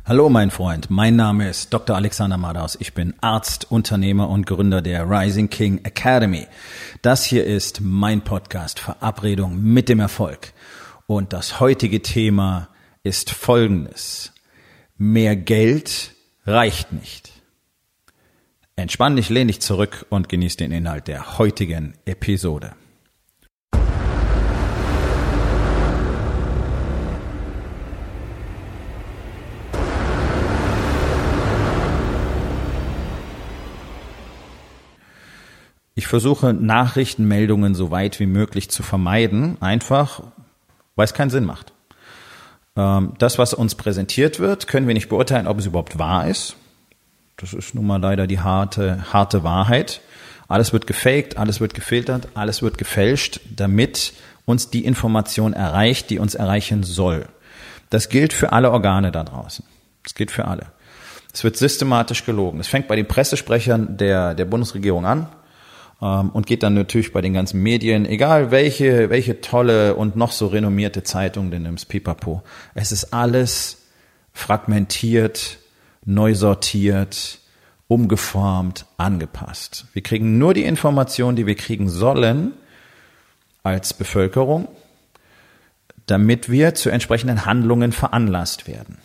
Hallo mein Freund, mein Name ist Dr. Alexander Madaus. Ich bin Arzt, Unternehmer und Gründer der Rising King Academy. Das hier ist mein Podcast Verabredung mit dem Erfolg. Und das heutige Thema ist folgendes: Mehr Geld reicht nicht. Entspann dich, lehn dich zurück und genieß den Inhalt der heutigen Episode. Ich versuche Nachrichtenmeldungen so weit wie möglich zu vermeiden, einfach weil es keinen Sinn macht. Das, was uns präsentiert wird, können wir nicht beurteilen, ob es überhaupt wahr ist. Das ist nun mal leider die harte Wahrheit. Alles wird gefaked, alles wird gefiltert, alles wird gefälscht, damit uns die Information erreicht, die uns erreichen soll. Das gilt für alle Organe da draußen. Das gilt für alle. Es wird systematisch gelogen. Es fängt bei den Pressesprechern der Bundesregierung an. Und geht dann natürlich bei den ganzen Medien, egal welche tolle und noch so renommierte Zeitung du nimmst, pipapo. Es ist alles fragmentiert, neu sortiert, umgeformt, angepasst. Wir kriegen nur die Informationen, die wir kriegen sollen als Bevölkerung, damit wir zu entsprechenden Handlungen veranlasst werden.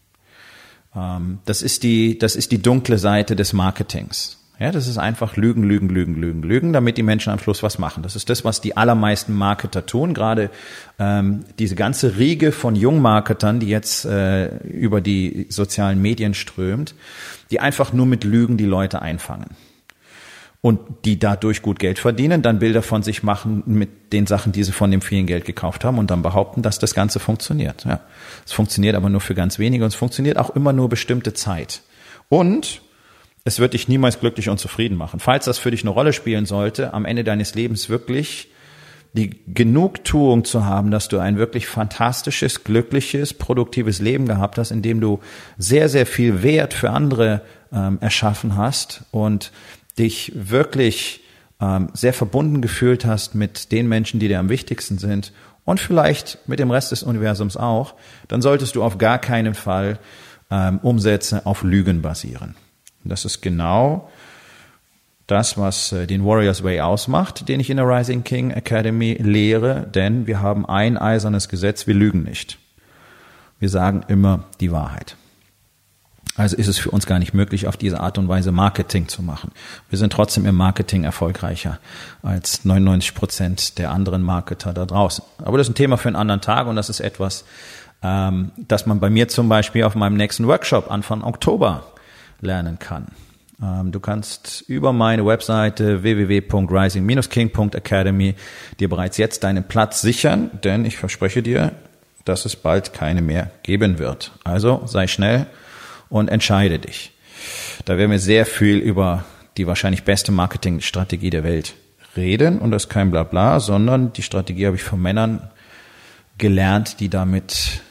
Das ist die dunkle Seite des Marketings. Ja, das ist einfach Lügen, damit die Menschen am Schluss was machen. Das ist das, was die allermeisten Marketer tun. Gerade diese ganze Riege von Jungmarketern, die jetzt über die sozialen Medien strömt, die einfach nur mit Lügen die Leute einfangen. Und die dadurch gut Geld verdienen, dann Bilder von sich machen mit den Sachen, die sie von dem vielen Geld gekauft haben und dann behaupten, dass das Ganze funktioniert. Ja, es funktioniert aber nur für ganz wenige und es funktioniert auch immer nur bestimmte Zeit. Und es wird dich niemals glücklich und zufrieden machen. Falls das für dich eine Rolle spielen sollte, am Ende deines Lebens wirklich die Genugtuung zu haben, dass du ein wirklich fantastisches, glückliches, produktives Leben gehabt hast, in dem du sehr, sehr viel Wert für andere erschaffen hast und dich wirklich sehr verbunden gefühlt hast mit den Menschen, die dir am wichtigsten sind und vielleicht mit dem Rest des Universums auch, dann solltest du auf gar keinen Fall Umsätze auf Lügen basieren. Das ist genau das, was den Warriors Way ausmacht, den ich in der Rising King Academy lehre, denn wir haben ein eisernes Gesetz: wir lügen nicht. Wir sagen immer die Wahrheit. Also ist es für uns gar nicht möglich, auf diese Art und Weise Marketing zu machen. Wir sind trotzdem im Marketing erfolgreicher als 99% der anderen Marketer da draußen. Aber das ist ein Thema für einen anderen Tag und das ist etwas, das man bei mir zum Beispiel auf meinem nächsten Workshop Anfang Oktober lernen kann. Du kannst über meine Webseite www.rising-king.academy dir bereits jetzt deinen Platz sichern, denn ich verspreche dir, dass es bald keine mehr geben wird. Also sei schnell und entscheide dich. Da werden wir sehr viel über die wahrscheinlich beste Marketingstrategie der Welt reden und das ist kein Blabla, sondern die Strategie habe ich von Männern gelernt, die damit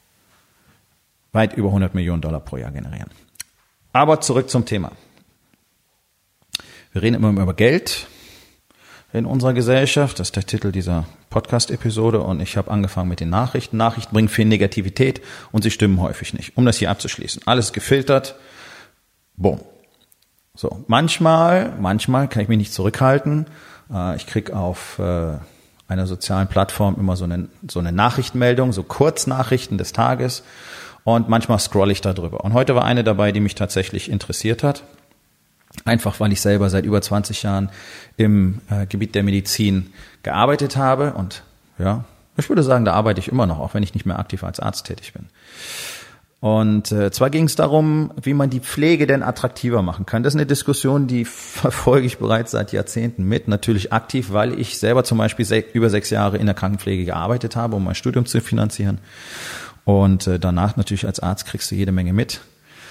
weit über $100 Millionen pro Jahr generieren. Aber zurück zum Thema. Wir reden immer über Geld in unserer Gesellschaft. Das ist der Titel dieser Podcast-Episode und ich habe angefangen mit den Nachrichten. Nachrichten bringen viel Negativität und sie stimmen häufig nicht. Um das hier abzuschließen. Alles gefiltert. Boom. So, manchmal kann ich mich nicht zurückhalten. Ich kriege auf einer sozialen Plattform immer so eine Nachrichtenmeldung, so Kurznachrichten des Tages. Und manchmal scrolle ich da drüber. Und heute war eine dabei, die mich tatsächlich interessiert hat. Einfach, weil ich selber seit über 20 Jahren im Gebiet der Medizin gearbeitet habe. Und ja, ich würde sagen, da arbeite ich immer noch, auch wenn ich nicht mehr aktiv als Arzt tätig bin. Und zwar ging es darum, wie man die Pflege denn attraktiver machen kann. Das ist eine Diskussion, die verfolge ich bereits seit Jahrzehnten mit, natürlich aktiv, weil ich selber zum Beispiel über 6 Jahre in der Krankenpflege gearbeitet habe, um mein Studium zu finanzieren. Und danach natürlich als Arzt kriegst du jede Menge mit.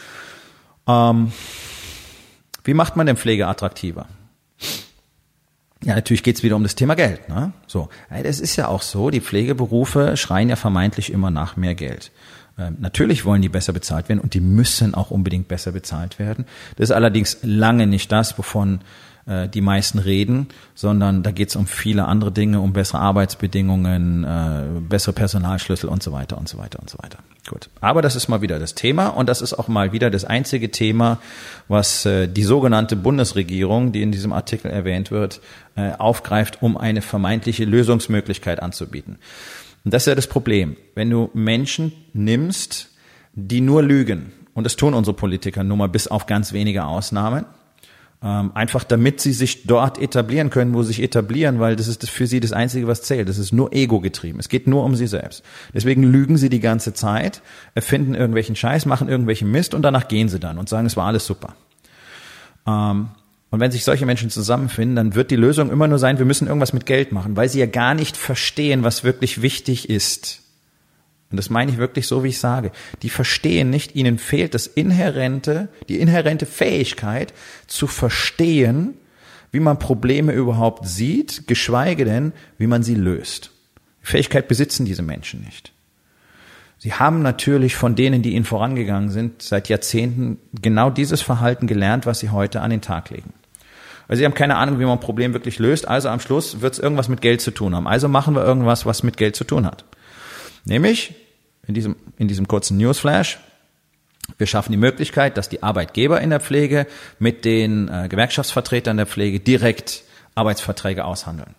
Wie macht man denn Pflege attraktiver? Ja, natürlich geht's wieder um das Thema Geld. Ne? So, das ist ja auch so, die Pflegeberufe schreien ja vermeintlich immer nach mehr Geld. Natürlich wollen die besser bezahlt werden und die müssen auch unbedingt besser bezahlt werden. Das ist allerdings lange nicht das, wovon die meisten reden, sondern da geht es um viele andere Dinge, um bessere Arbeitsbedingungen, bessere Personalschlüssel und so weiter und so weiter und so weiter. Gut, aber das ist mal wieder das Thema und das ist auch mal wieder das einzige Thema, was die sogenannte Bundesregierung, die in diesem Artikel erwähnt wird, aufgreift, um eine vermeintliche Lösungsmöglichkeit anzubieten. Und das ist ja das Problem. Wenn du Menschen nimmst, die nur lügen, und das tun unsere Politiker nun mal bis auf ganz wenige Ausnahmen, einfach damit sie sich dort etablieren können, wo sie sich etablieren, weil das ist für sie das Einzige, was zählt. Das ist nur ego-getrieben. Es geht nur um sie selbst. Deswegen lügen sie die ganze Zeit, erfinden irgendwelchen Scheiß, machen irgendwelchen Mist und danach gehen sie dann und sagen, es war alles super. Und wenn sich solche Menschen zusammenfinden, dann wird die Lösung immer nur sein, wir müssen irgendwas mit Geld machen, weil sie ja gar nicht verstehen, was wirklich wichtig ist. Und das meine ich wirklich so, wie ich sage. Die verstehen nicht, ihnen fehlt die inhärente Fähigkeit zu verstehen, wie man Probleme überhaupt sieht, geschweige denn, wie man sie löst. Die Fähigkeit besitzen diese Menschen nicht. Sie haben natürlich von denen, die ihnen vorangegangen sind, seit Jahrzehnten genau dieses Verhalten gelernt, was sie heute an den Tag legen. Also sie haben keine Ahnung, wie man ein Problem wirklich löst, also am Schluss wird es irgendwas mit Geld zu tun haben. Also machen wir irgendwas, was mit Geld zu tun hat. Nämlich, in diesem kurzen Newsflash, wir schaffen die Möglichkeit, dass die Arbeitgeber in der Pflege mit den Gewerkschaftsvertretern der Pflege direkt Arbeitsverträge aushandeln.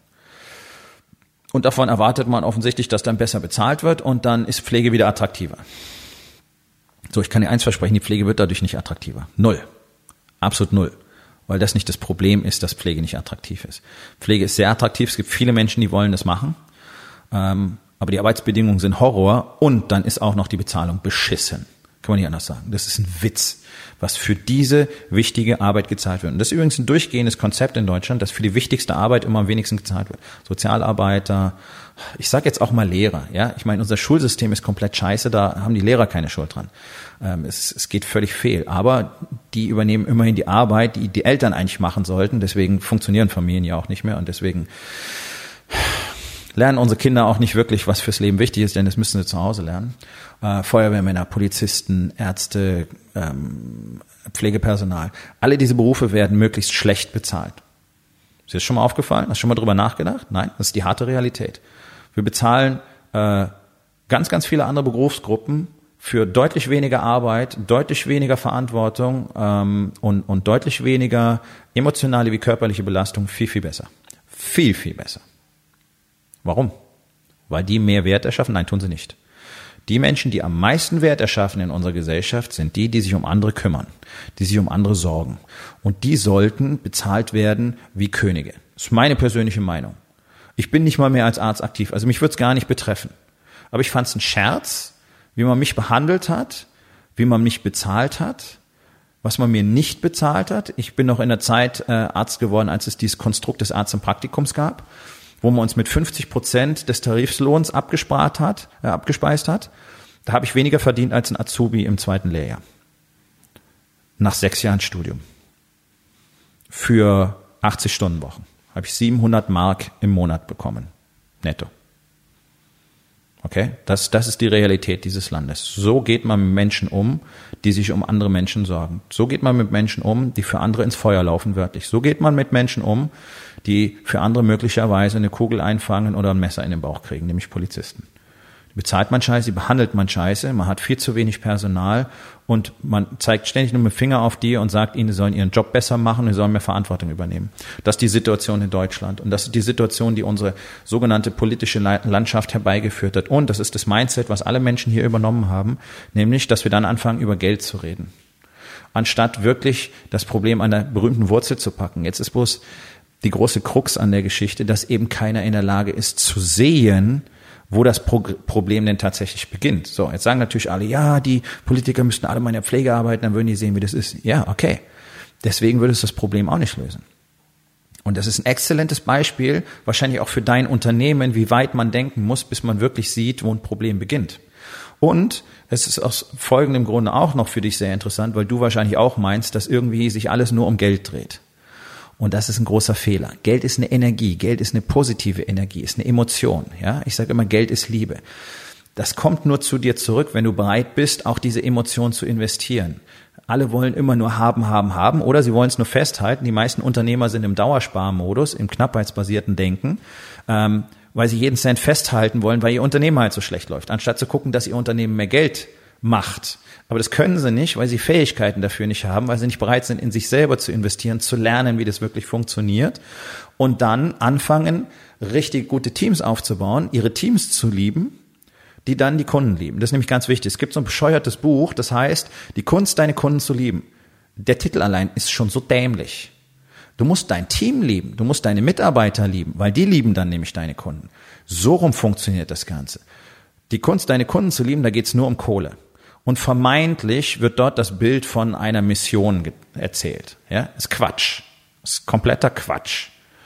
Und davon erwartet man offensichtlich, dass dann besser bezahlt wird und dann ist Pflege wieder attraktiver. So, ich kann dir eins versprechen, die Pflege wird dadurch nicht attraktiver. Null. Absolut null. Weil das nicht das Problem ist, dass Pflege nicht attraktiv ist. Pflege ist sehr attraktiv, es gibt viele Menschen, die wollen das machen. Aber die Arbeitsbedingungen sind Horror und dann ist auch noch die Bezahlung beschissen. Kann man nicht anders sagen. Das ist ein Witz, was für diese wichtige Arbeit gezahlt wird. Und das ist übrigens ein durchgehendes Konzept in Deutschland, dass für die wichtigste Arbeit immer am wenigsten gezahlt wird. Sozialarbeiter, ich sage jetzt auch mal Lehrer. Ja, ich meine, unser Schulsystem ist komplett scheiße, da haben die Lehrer keine Schuld dran. Es geht völlig fehl. Aber die übernehmen immerhin die Arbeit, die die Eltern eigentlich machen sollten. Deswegen funktionieren Familien ja auch nicht mehr und deswegen lernen unsere Kinder auch nicht wirklich, was fürs Leben wichtig ist, denn das müssen sie zu Hause lernen. Feuerwehrmänner, Polizisten, Ärzte, Pflegepersonal. Alle diese Berufe werden möglichst schlecht bezahlt. Ist dir das schon mal aufgefallen? Hast du schon mal drüber nachgedacht? Nein, das ist die harte Realität. Wir bezahlen ganz, ganz viele andere Berufsgruppen für deutlich weniger Arbeit, deutlich weniger Verantwortung und deutlich weniger emotionale wie körperliche Belastung viel, viel besser. Viel, viel besser. Warum? Weil die mehr Wert erschaffen? Nein, tun sie nicht. Die Menschen, die am meisten Wert erschaffen in unserer Gesellschaft, sind die, die sich um andere kümmern, die sich um andere sorgen. Und die sollten bezahlt werden wie Könige. Das ist meine persönliche Meinung. Ich bin nicht mal mehr als Arzt aktiv, also mich würde es gar nicht betreffen. Aber ich fand es ein Scherz, wie man mich behandelt hat, wie man mich bezahlt hat, was man mir nicht bezahlt hat. Ich bin noch in der Zeit Arzt geworden, als es dieses Konstrukt des Arzt- und Praktikums gab, wo man uns mit 50% des Tarifslohns abgespeist hat. Da habe ich weniger verdient als ein Azubi im 2. Lehrjahr. Nach 6 Jahren Studium. Für 80-Stunden-Wochen habe ich 700 Mark im Monat bekommen. Netto. Okay? Das ist die Realität dieses Landes. So geht man mit Menschen um, die sich um andere Menschen sorgen. So geht man mit Menschen um, die für andere ins Feuer laufen, wörtlich. So geht man mit Menschen um, die für andere möglicherweise eine Kugel einfangen oder ein Messer in den Bauch kriegen, nämlich Polizisten. Die bezahlt man scheiße, die behandelt man scheiße, man hat viel zu wenig Personal und man zeigt ständig nur mit dem Finger auf die und sagt ihnen, sie sollen ihren Job besser machen, sie sollen mehr Verantwortung übernehmen. Das ist die Situation in Deutschland und das ist die Situation, die unsere sogenannte politische Landschaft herbeigeführt hat. Und das ist das Mindset, was alle Menschen hier übernommen haben, nämlich, dass wir dann anfangen, über Geld zu reden, anstatt wirklich das Problem an der berühmten Wurzel zu packen. Jetzt ist bloß die große Krux an der Geschichte, dass eben keiner in der Lage ist zu sehen, wo das Problem denn tatsächlich beginnt. So, jetzt sagen natürlich alle, ja, die Politiker müssten alle mal in der Pflege arbeiten, dann würden die sehen, wie das ist. Ja, okay. Deswegen würde es das Problem auch nicht lösen. Und das ist ein exzellentes Beispiel, wahrscheinlich auch für dein Unternehmen, wie weit man denken muss, bis man wirklich sieht, wo ein Problem beginnt. Und es ist aus folgendem Grunde auch noch für dich sehr interessant, weil du wahrscheinlich auch meinst, dass irgendwie sich alles nur um Geld dreht. Und das ist ein großer Fehler. Geld ist eine Energie, Geld ist eine positive Energie, ist eine Emotion. Ja, ich sage immer, Geld ist Liebe. Das kommt nur zu dir zurück, wenn du bereit bist, auch diese Emotion zu investieren. Alle wollen immer nur haben oder sie wollen es nur festhalten. Die meisten Unternehmer sind im Dauersparmodus, im knappheitsbasierten Denken, weil sie jeden Cent festhalten wollen, weil ihr Unternehmen halt so schlecht läuft. Anstatt zu gucken, dass ihr Unternehmen mehr Geld macht. Aber das können sie nicht, weil sie Fähigkeiten dafür nicht haben, weil sie nicht bereit sind, in sich selber zu investieren, zu lernen, wie das wirklich funktioniert und dann anfangen, richtig gute Teams aufzubauen, ihre Teams zu lieben, die dann die Kunden lieben. Das ist nämlich ganz wichtig. Es gibt so ein bescheuertes Buch, das heißt, die Kunst, deine Kunden zu lieben. Der Titel allein ist schon so dämlich. Du musst dein Team lieben, du musst deine Mitarbeiter lieben, weil die lieben dann nämlich deine Kunden. So rum funktioniert das Ganze. Die Kunst, deine Kunden zu lieben, da geht's nur um Kohle. Und vermeintlich wird dort das Bild von einer Mission erzählt. Ja, ist Quatsch. Ist kompletter Quatsch.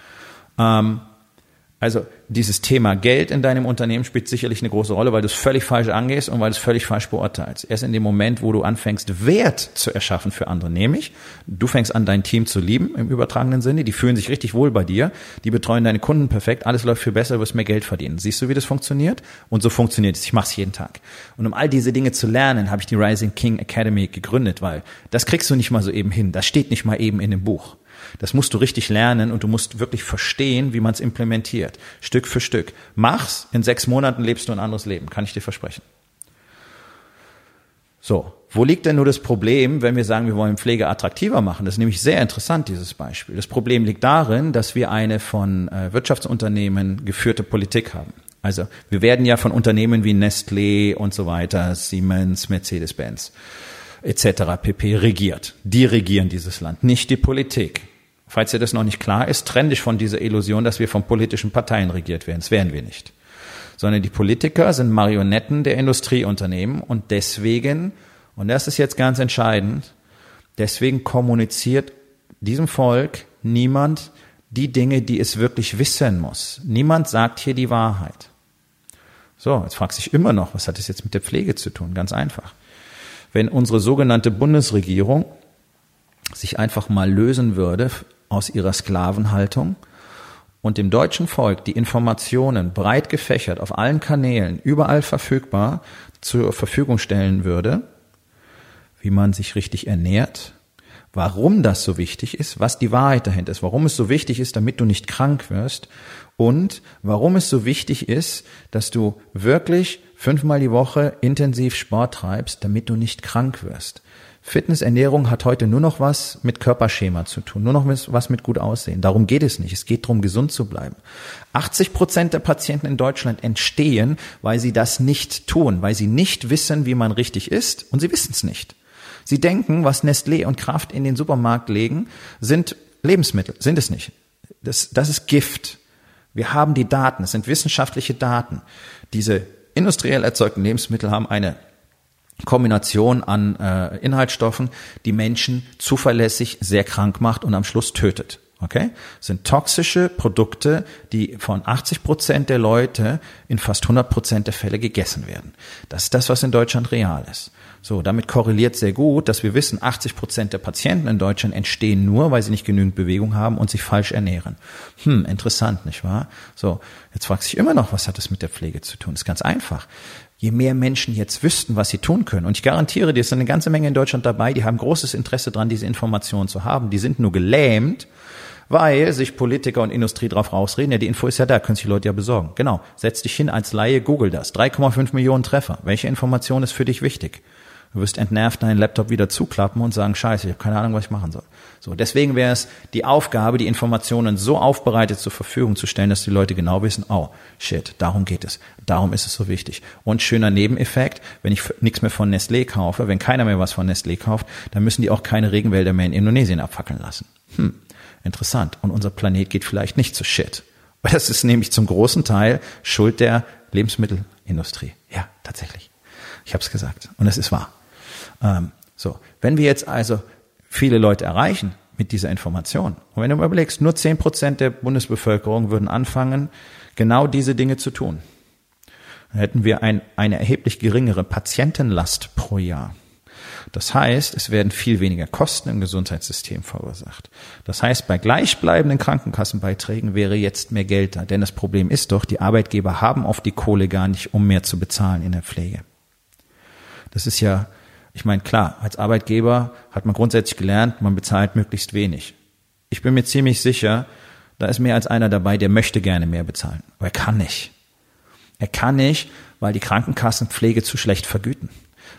Also dieses Thema Geld in deinem Unternehmen spielt sicherlich eine große Rolle, weil du es völlig falsch angehst und weil du es völlig falsch beurteilst. Erst in dem Moment, wo du anfängst, Wert zu erschaffen für andere, nämlich du fängst an, dein Team zu lieben im übertragenen Sinne, die fühlen sich richtig wohl bei dir, die betreuen deine Kunden perfekt, alles läuft viel besser, du wirst mehr Geld verdienen. Siehst du, wie das funktioniert? Und so funktioniert es. Ich mache es jeden Tag. Und um all diese Dinge zu lernen, habe ich die Rising King Academy gegründet, weil das kriegst du nicht mal so eben hin. Das steht nicht mal eben in dem Buch. Das musst du richtig lernen und du musst wirklich verstehen, wie man es implementiert. Stück für Stück. Mach's, in 6 Monaten lebst du ein anderes Leben, kann ich dir versprechen. So, wo liegt denn nur das Problem, wenn wir sagen, wir wollen Pflege attraktiver machen? Das ist nämlich sehr interessant, dieses Beispiel. Das Problem liegt darin, dass wir eine von Wirtschaftsunternehmen geführte Politik haben. Also wir werden ja von Unternehmen wie Nestlé und so weiter, Siemens, Mercedes-Benz etc. pp. Regiert. Die regieren dieses Land, nicht die Politik. Falls dir das noch nicht klar ist, trenn dich von dieser Illusion, dass wir von politischen Parteien regiert werden. Das wären wir nicht. Sondern die Politiker sind Marionetten der Industrieunternehmen und deswegen, und das ist jetzt ganz entscheidend, deswegen kommuniziert diesem Volk niemand die Dinge, die es wirklich wissen muss. Niemand sagt hier die Wahrheit. So, jetzt fragst du dich immer noch, was hat das jetzt mit der Pflege zu tun? Ganz einfach. Wenn unsere sogenannte Bundesregierung sich einfach mal lösen würde aus ihrer Sklavenhaltung und dem deutschen Volk die Informationen breit gefächert auf allen Kanälen, überall verfügbar, zur Verfügung stellen würde, wie man sich richtig ernährt, warum das so wichtig ist, was die Wahrheit dahinter ist, warum es so wichtig ist, damit du nicht krank wirst und warum es so wichtig ist, dass du wirklich 5-mal die Woche intensiv Sport treibst, damit du nicht krank wirst. Fitness, Ernährung hat heute nur noch was mit Körperschema zu tun, nur noch was mit gut aussehen. Darum geht es nicht. Es geht darum, gesund zu bleiben. 80% der Patienten in Deutschland entstehen, weil sie das nicht tun, weil sie nicht wissen, wie man richtig isst und sie wissen es nicht. Sie denken, was Nestlé und Kraft in den Supermarkt legen, sind Lebensmittel, sind es nicht. Das ist Gift. Wir haben die Daten, es sind wissenschaftliche Daten. Diese industriell erzeugten Lebensmittel haben eine Kombination an Inhaltsstoffen, die Menschen zuverlässig sehr krank macht und am Schluss tötet. Okay? Das sind toxische Produkte, die von 80% der Leute in fast 100% der Fälle gegessen werden. Das ist das, was in Deutschland real ist. So, damit korreliert sehr gut, dass wir wissen, 80% der Patienten in Deutschland entstehen nur, weil sie nicht genügend Bewegung haben und sich falsch ernähren. Interessant, nicht wahr? So, jetzt fragst du dich immer noch, was hat das mit der Pflege zu tun? Das ist ganz einfach. Je mehr Menschen jetzt wüssten, was sie tun können, und ich garantiere dir, es sind eine ganze Menge in Deutschland dabei, die haben großes Interesse daran, diese Informationen zu haben, die sind nur gelähmt, weil sich Politiker und Industrie drauf rausreden, ja, die Info ist ja da, können sich die Leute ja besorgen. Genau, setz dich hin als Laie, google das, 3,5 Millionen Treffer. Welche Information ist für dich wichtig? Du wirst entnervt deinen Laptop wieder zuklappen und sagen, scheiße, ich habe keine Ahnung, was ich machen soll. So, deswegen wäre es die Aufgabe, die Informationen so aufbereitet zur Verfügung zu stellen, dass die Leute genau wissen, oh, shit, darum geht es. Darum ist es so wichtig. Und schöner Nebeneffekt, wenn ich nichts mehr von Nestlé kaufe, wenn keiner mehr was von Nestlé kauft, dann müssen die auch keine Regenwälder mehr in Indonesien abfackeln lassen. Interessant. Und unser Planet geht vielleicht nicht zu shit. Weil das ist nämlich zum großen Teil Schuld der Lebensmittelindustrie. Ja, tatsächlich. Ich habe es gesagt. Und es ist wahr. So, wenn wir jetzt also viele Leute erreichen mit dieser Information, und wenn du mal überlegst, nur 10% der Bundesbevölkerung würden anfangen, genau diese Dinge zu tun, dann hätten wir eine erheblich geringere Patientenlast pro Jahr. Das heißt, es werden viel weniger Kosten im Gesundheitssystem verursacht. Das heißt, bei gleichbleibenden Krankenkassenbeiträgen wäre jetzt mehr Geld da. Denn das Problem ist doch, die Arbeitgeber haben oft die Kohle gar nicht, um mehr zu bezahlen in der Pflege. Das ist ja, ich meine, klar, als Arbeitgeber hat man grundsätzlich gelernt, man bezahlt möglichst wenig. Ich bin mir ziemlich sicher, da ist mehr als einer dabei, der möchte gerne mehr bezahlen. Aber er kann nicht. Er kann nicht, weil die Krankenkassen Pflege zu schlecht vergüten.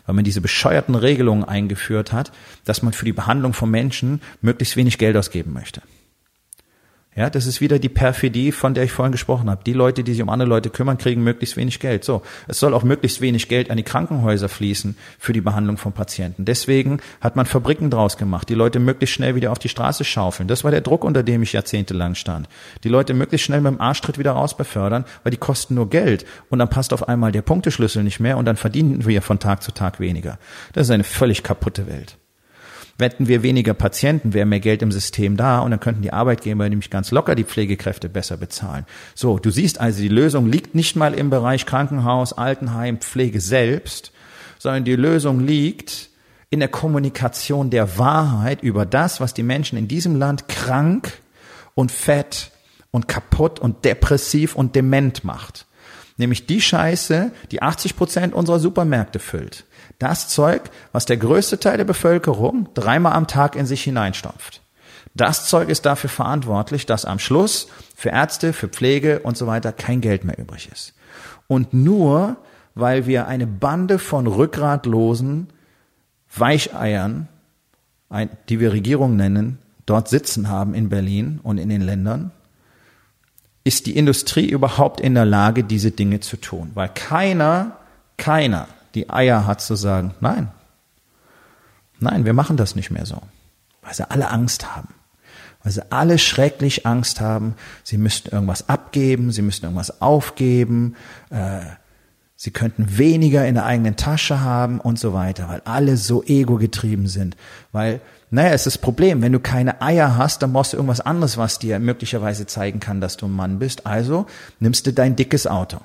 weil man diese bescheuerten Regelungen eingeführt hat, dass man für die Behandlung von Menschen möglichst wenig Geld ausgeben möchte. Ja, das ist wieder die Perfidie, von der ich vorhin gesprochen habe. Die Leute, die sich um andere Leute kümmern, kriegen möglichst wenig Geld. So, es soll auch möglichst wenig Geld an die Krankenhäuser fließen für die Behandlung von Patienten. Deswegen hat man Fabriken draus gemacht, die Leute möglichst schnell wieder auf die Straße schaufeln. Das war der Druck, unter dem ich jahrzehntelang stand. Die Leute möglichst schnell mit dem Arschtritt wieder raus befördern, weil die kosten nur Geld. Und dann passt auf einmal der Punkteschlüssel nicht mehr und dann verdienen wir von Tag zu Tag weniger. Das ist eine völlig kaputte Welt. Hätten wir weniger Patienten, wäre mehr Geld im System da und dann könnten die Arbeitgeber nämlich ganz locker die Pflegekräfte besser bezahlen. So, du siehst also, die Lösung liegt nicht mal im Bereich Krankenhaus, Altenheim, Pflege selbst, sondern die Lösung liegt in der Kommunikation der Wahrheit über das, was die Menschen in diesem Land krank und fett und kaputt und depressiv und dement macht. Nämlich die Scheiße, die 80% unserer Supermärkte füllt. Das Zeug, was der größte Teil der Bevölkerung 3-mal am Tag in sich hineinstopft. Das Zeug ist dafür verantwortlich, dass am Schluss für Ärzte, für Pflege und so weiter kein Geld mehr übrig ist. Und nur, weil wir eine Bande von rückgratlosen Weicheiern, die wir Regierung nennen, dort sitzen haben in Berlin und in den Ländern, ist die Industrie überhaupt in der Lage, diese Dinge zu tun. Weil keiner die Eier hat zu sagen, nein, wir machen das nicht mehr so. Weil sie alle Angst haben. Weil sie alle schrecklich Angst haben, sie müssten irgendwas abgeben, sie müssten irgendwas aufgeben, sie könnten weniger in der eigenen Tasche haben und so weiter, weil alle so ego-getrieben sind. Weil, es ist das Problem, wenn du keine Eier hast, dann brauchst du irgendwas anderes, was dir möglicherweise zeigen kann, dass du ein Mann bist. Also nimmst du dein dickes Auto.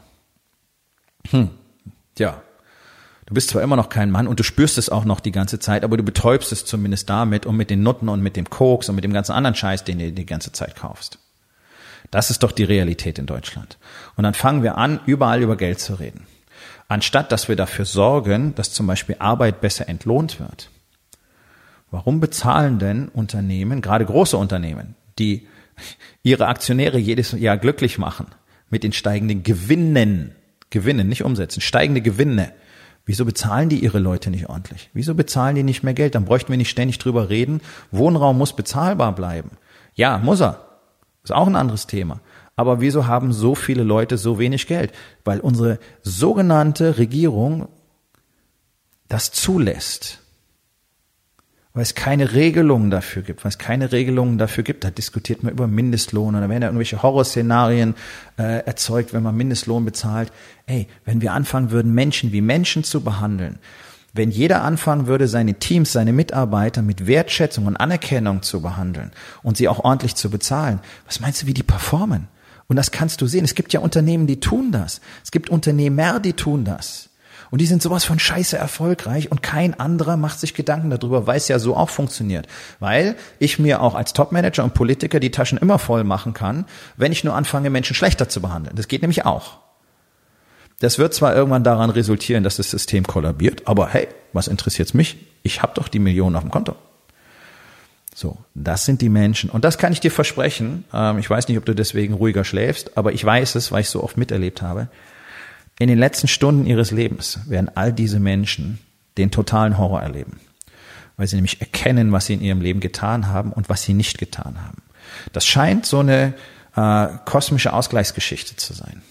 Ja. Du bist zwar immer noch kein Mann und du spürst es auch noch die ganze Zeit, aber du betäubst es zumindest damit und mit den Nutten und mit dem Koks und mit dem ganzen anderen Scheiß, den du die ganze Zeit kaufst. Das ist doch die Realität in Deutschland. Und dann fangen wir an, überall über Geld zu reden. Anstatt, dass wir dafür sorgen, dass zum Beispiel Arbeit besser entlohnt wird. Warum bezahlen denn Unternehmen, gerade große Unternehmen, die ihre Aktionäre jedes Jahr glücklich machen, mit den steigenden Gewinnen, nicht Umsätzen, steigende Gewinne, wieso bezahlen die ihre Leute nicht ordentlich? Wieso bezahlen die nicht mehr Geld? Dann bräuchten wir nicht ständig drüber reden. Wohnraum muss bezahlbar bleiben. Ja, muss er. Ist auch ein anderes Thema. Aber wieso haben so viele Leute so wenig Geld? Weil unsere sogenannte Regierung das zulässt. Weil es keine Regelungen dafür gibt. Da diskutiert man über Mindestlohn und da werden ja irgendwelche Horrorszenarien erzeugt, wenn man Mindestlohn bezahlt. Wenn wir anfangen würden, Menschen wie Menschen zu behandeln, wenn jeder anfangen würde, seine Teams, seine Mitarbeiter mit Wertschätzung und Anerkennung zu behandeln und sie auch ordentlich zu bezahlen, was meinst du, wie die performen? Und das kannst du sehen. Es gibt ja Unternehmen, die tun das. Es gibt Unternehmer, die tun das. Und die sind sowas von scheiße erfolgreich und kein anderer macht sich Gedanken darüber, weil es ja so auch funktioniert. Weil ich mir auch als Topmanager und Politiker die Taschen immer voll machen kann, wenn ich nur anfange, Menschen schlechter zu behandeln. Das geht nämlich auch. Das wird zwar irgendwann daran resultieren, dass das System kollabiert, aber hey, was interessiert's mich? Ich habe doch die Millionen auf dem Konto. So, das sind die Menschen. Und das kann ich dir versprechen. Ich weiß nicht, ob du deswegen ruhiger schläfst, aber ich weiß es, weil ich so oft miterlebt habe. In den letzten Stunden ihres Lebens werden all diese Menschen den totalen Horror erleben, weil sie nämlich erkennen, was sie in ihrem Leben getan haben und was sie nicht getan haben. Das scheint so eine kosmische Ausgleichsgeschichte zu sein.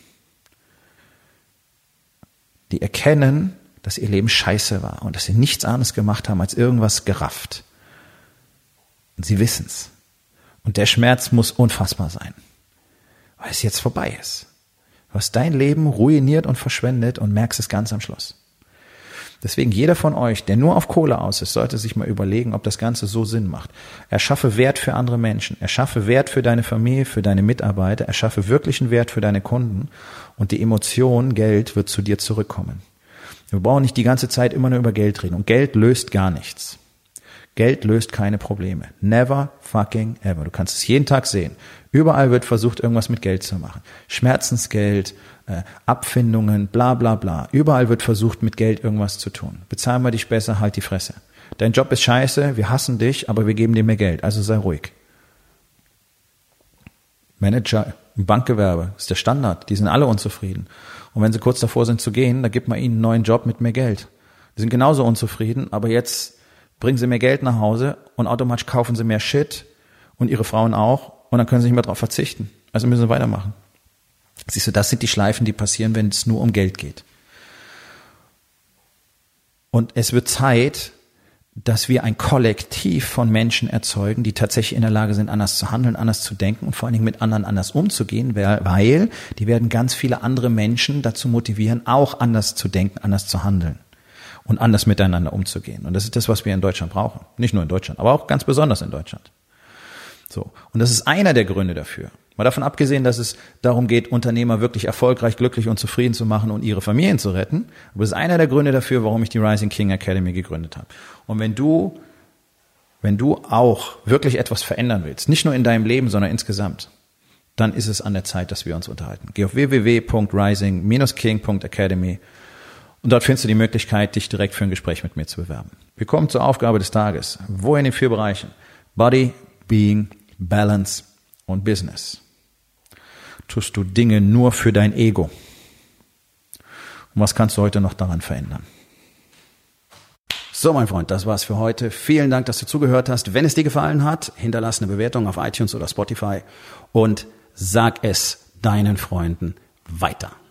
Die erkennen, dass ihr Leben scheiße war und dass sie nichts anderes gemacht haben, als irgendwas gerafft. Und sie wissen's. Und der Schmerz muss unfassbar sein, weil es jetzt vorbei ist. Du hast dein Leben ruiniert und verschwendet und merkst es ganz am Schluss. Deswegen jeder von euch, der nur auf Kohle aus ist, sollte sich mal überlegen, ob das Ganze so Sinn macht. Erschaffe Wert für andere Menschen, erschaffe Wert für deine Familie, für deine Mitarbeiter, erschaffe wirklichen Wert für deine Kunden und die Emotion Geld wird zu dir zurückkommen. Wir brauchen nicht die ganze Zeit immer nur über Geld reden und Geld löst gar nichts. Geld löst keine Probleme. Never fucking ever. Du kannst es jeden Tag sehen. Überall wird versucht, irgendwas mit Geld zu machen. Schmerzensgeld, Abfindungen, bla bla bla. Überall wird versucht, mit Geld irgendwas zu tun. Bezahlen wir dich besser, halt die Fresse. Dein Job ist scheiße, wir hassen dich, aber wir geben dir mehr Geld, also sei ruhig. Manager im Bankgewerbe ist der Standard, die sind alle unzufrieden. Und wenn sie kurz davor sind zu gehen, dann gibt man ihnen einen neuen Job mit mehr Geld. Die sind genauso unzufrieden, aber jetzt bringen sie mehr Geld nach Hause und automatisch kaufen sie mehr Shit und ihre Frauen auch und dann können sie nicht mehr darauf verzichten. Also müssen sie weitermachen. Siehst du, das sind die Schleifen, die passieren, wenn es nur um Geld geht. Und es wird Zeit, dass wir ein Kollektiv von Menschen erzeugen, die tatsächlich in der Lage sind, anders zu handeln, anders zu denken und vor allen Dingen mit anderen anders umzugehen, weil die werden ganz viele andere Menschen dazu motivieren, auch anders zu denken, anders zu handeln und anders miteinander umzugehen. Und das ist das, was wir in Deutschland brauchen. Nicht nur in Deutschland, aber auch ganz besonders in Deutschland. So. Und das ist einer der Gründe dafür. Mal davon abgesehen, dass es darum geht, Unternehmer wirklich erfolgreich, glücklich und zufrieden zu machen und ihre Familien zu retten. Aber das ist einer der Gründe dafür, warum ich die Rising King Academy gegründet habe. Und wenn du auch wirklich etwas verändern willst, nicht nur in deinem Leben, sondern insgesamt, dann ist es an der Zeit, dass wir uns unterhalten. Geh auf www.rising-king.academy und dort findest du die Möglichkeit, dich direkt für ein Gespräch mit mir zu bewerben. Wir kommen zur Aufgabe des Tages. Wo in den 4 Bereichen? Body, Being, Balance und Business. Tust du Dinge nur für dein Ego? Und was kannst du heute noch daran verändern? So, mein Freund, das war's für heute. Vielen Dank, dass du zugehört hast. Wenn es dir gefallen hat, hinterlass eine Bewertung auf iTunes oder Spotify und sag es deinen Freunden weiter.